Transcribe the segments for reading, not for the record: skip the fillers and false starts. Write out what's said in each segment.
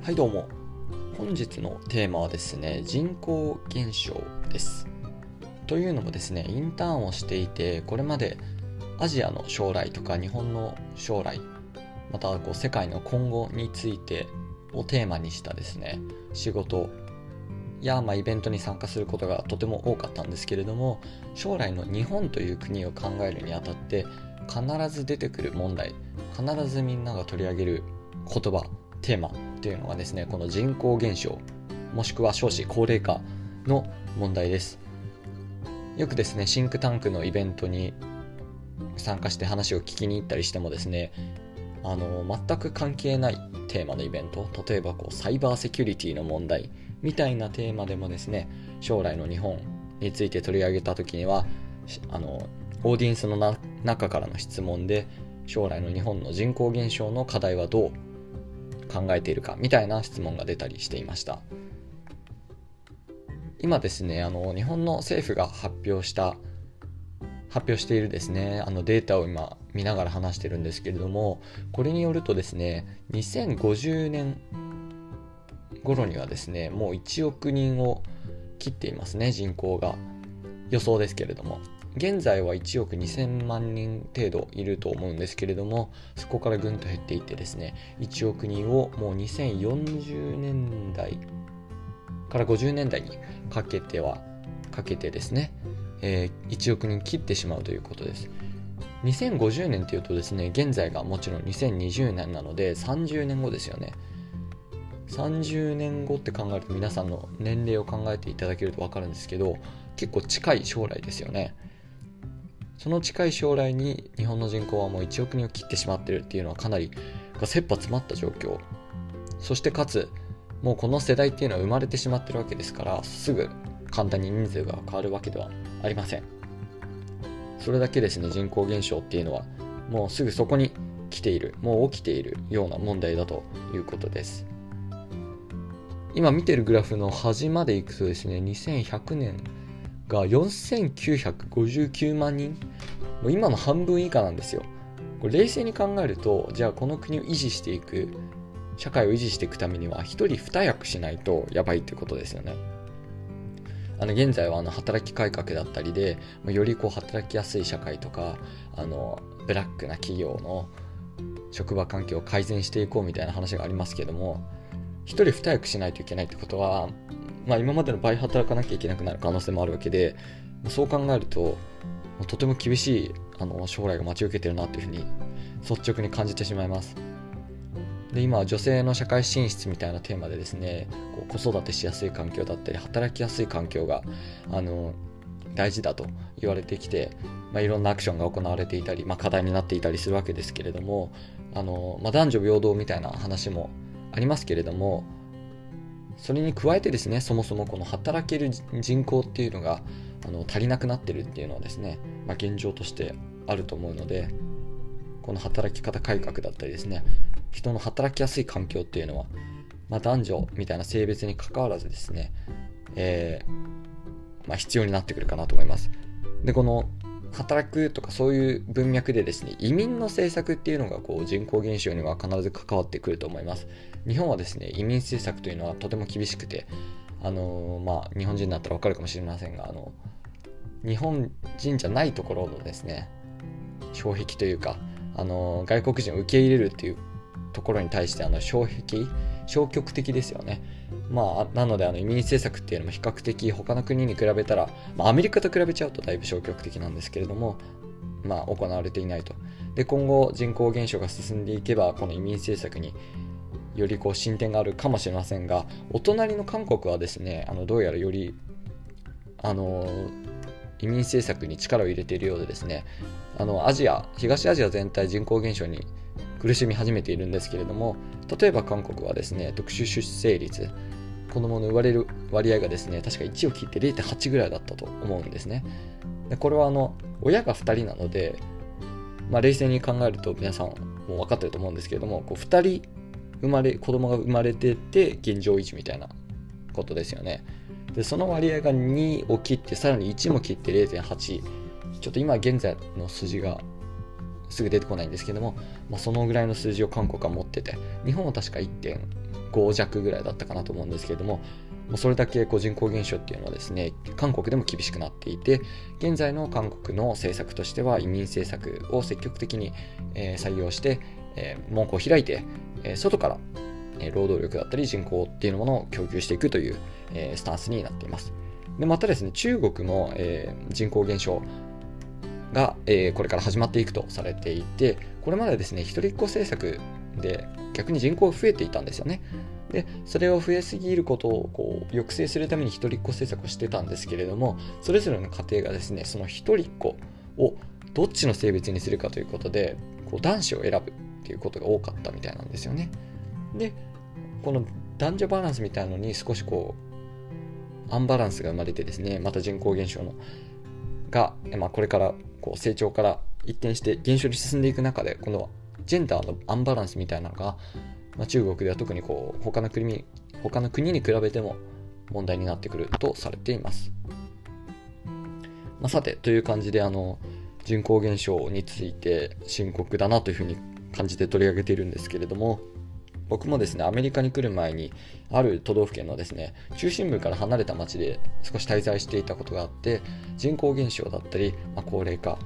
はいどうも。本日のテーマはですね、人口減少です。というのもですね、インターンをしていて、これまでアジアの将来とか日本の将来、また世界の今後についてをテーマにしたですね、仕事やイベントに参加することがとても多かったんですけれども、将来の日本という国を考えるにあたって必ず出てくる問題、必ずみんなが取り上げる言葉、テーマというのがですね、この人口減少もしくは少子高齢化の問題です。よくですね、シンクタンクのイベントに参加して話を聞きに行ったりしてもですね、全く関係ないテーマのイベント、例えばサイバーセキュリティの問題みたいなテーマでもですね、将来の日本について取り上げた時にはオーディエンスの中からの質問で、将来の日本の人口減少の課題はどう考えているかみたいな質問が出たりしていました。今ですね、日本の政府が発表しているですね、データを今見ながら話してるんですけれども、これによるとですね、2050年頃にはですね、もう1億人を切っていますね、人口が。予想ですけれども、現在は1億2000万人程度いると思うんですけれども、そこからぐんと減っていってですね、1億人をもう2040年代から50年代にかけてですね、1億人切ってしまうということです。2050年というとですね、現在がもちろん2020年なので30年後ですよね。30年後って考えると、皆さんの年齢を考えていただけると分かるんですけど、結構近い将来ですよね。その近い将来に日本の人口はもう1億人を切ってしまっているっていうのはかなり切羽詰まった状況。そしてかつもうこの世代っていうのは生まれてしまってるわけですから、すぐ簡単に人数が変わるわけではありません。それだけですね、人口減少っていうのはもうすぐそこに来ている、もう起きているような問題だということです。今見てるグラフの端までいくとですね、2100年が4959万人、もう今の半分以下なんですよ。これ冷静に考えると、じゃあこの国を維持していく、社会を維持していくためには一人二役しないとやばいってことですよね。現在は働き改革だったりで、より働きやすい社会とか、ブラックな企業の職場環境を改善していこうみたいな話がありますけども、一人二役しないといけないってことは、今までの倍働かなきゃいけなくなる可能性もあるわけで、そう考えるととても厳しい将来が待ち受けてるなというふうに率直に感じてしまいます。で、今は女性の社会進出みたいなテーマでですね、子育てしやすい環境だったり働きやすい環境が大事だと言われてきて、いろんなアクションが行われていたり、課題になっていたりするわけですけれども、男女平等みたいな話もありますけれども、それに加えてですね、そもそもこの働ける人口っていうのが足りなくなってるっていうのはですね、現状としてあると思うので、この働き方改革だったりですね、人の働きやすい環境っていうのは、男女みたいな性別に関わらずですね、必要になってくるかなと思います。で、この働くとかそういう文脈でですね、移民の政策っていうのが人口減少には必ず関わってくると思います。日本はですね、移民政策というのはとても厳しくて、日本人だったら分かるかもしれませんが、日本人じゃないところのですね、障壁というか、外国人を受け入れるっていうところに対して消極的ですよね。なので移民政策っていうのも比較的他の国に比べたら、アメリカと比べちゃうとだいぶ消極的なんですけれども、行われていないと。で、今後人口減少が進んでいけば、この移民政策により進展があるかもしれませんが、お隣の韓国はですね、どうやらより移民政策に力を入れているようでですね、東アジア全体人口減少に苦しみ始めているんですけれども、例えば韓国はですね、特殊出生率、子供の生まれる割合がですね、確か1を切って 0.8 ぐらいだったと思うんですね。で、これは親が2人なので、冷静に考えると皆さんもう分かってると思うんですけれども、2人子供が生まれてて現状維持みたいなことですよね。で、その割合が2を切って、さらに1も切って 0.8、 ちょっと今現在の数字がすぐ出てこないんですけども、そのぐらいの数字を韓国は持ってて、日本は確か 1.5 5弱ぐらいだったかなと思うんですけれども、それだけ人口減少っていうのはですね、韓国でも厳しくなっていて、現在の韓国の政策としては移民政策を積極的に採用して、門戸を開いて外から労働力だったり人口っていうものを供給していくというスタンスになっています。でまたですね、中国も人口減少がこれから始まっていくとされていて、これまでですね、一人っ子政策で逆に人口が増えていたんですよね。でそれを増えすぎることを抑制するために一人っ子政策をしてたんですけれども、それぞれの家庭がですね、その一人っ子をどっちの性別にするかということで男子を選ぶっていうことが多かったみたいなんですよね。でこの男女バランスみたいなのに少しアンバランスが生まれてですね、また人口減少が、これから成長から一転して減少に進んでいく中で、このジェンダーのアンバランスみたいなのが、中国では特に他の国に比べても問題になってくるとされています。さてという感じで人口減少について深刻だなというふうに感じて取り上げているんですけれども、僕もですね、アメリカに来る前にある都道府県のですね、中心部から離れた町で少し滞在していたことがあって、人口減少だったり、高齢化、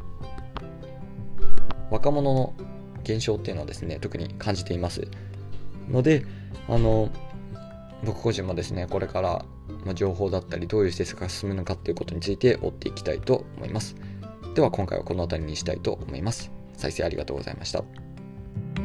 若者の減少っていうのはですね、特に感じていますので、僕個人もですね、これから情報だったりどういう政策が進むのかっていうことについて追っていきたいと思います。では今回はこの辺りにしたいと思います。再生ありがとうございました。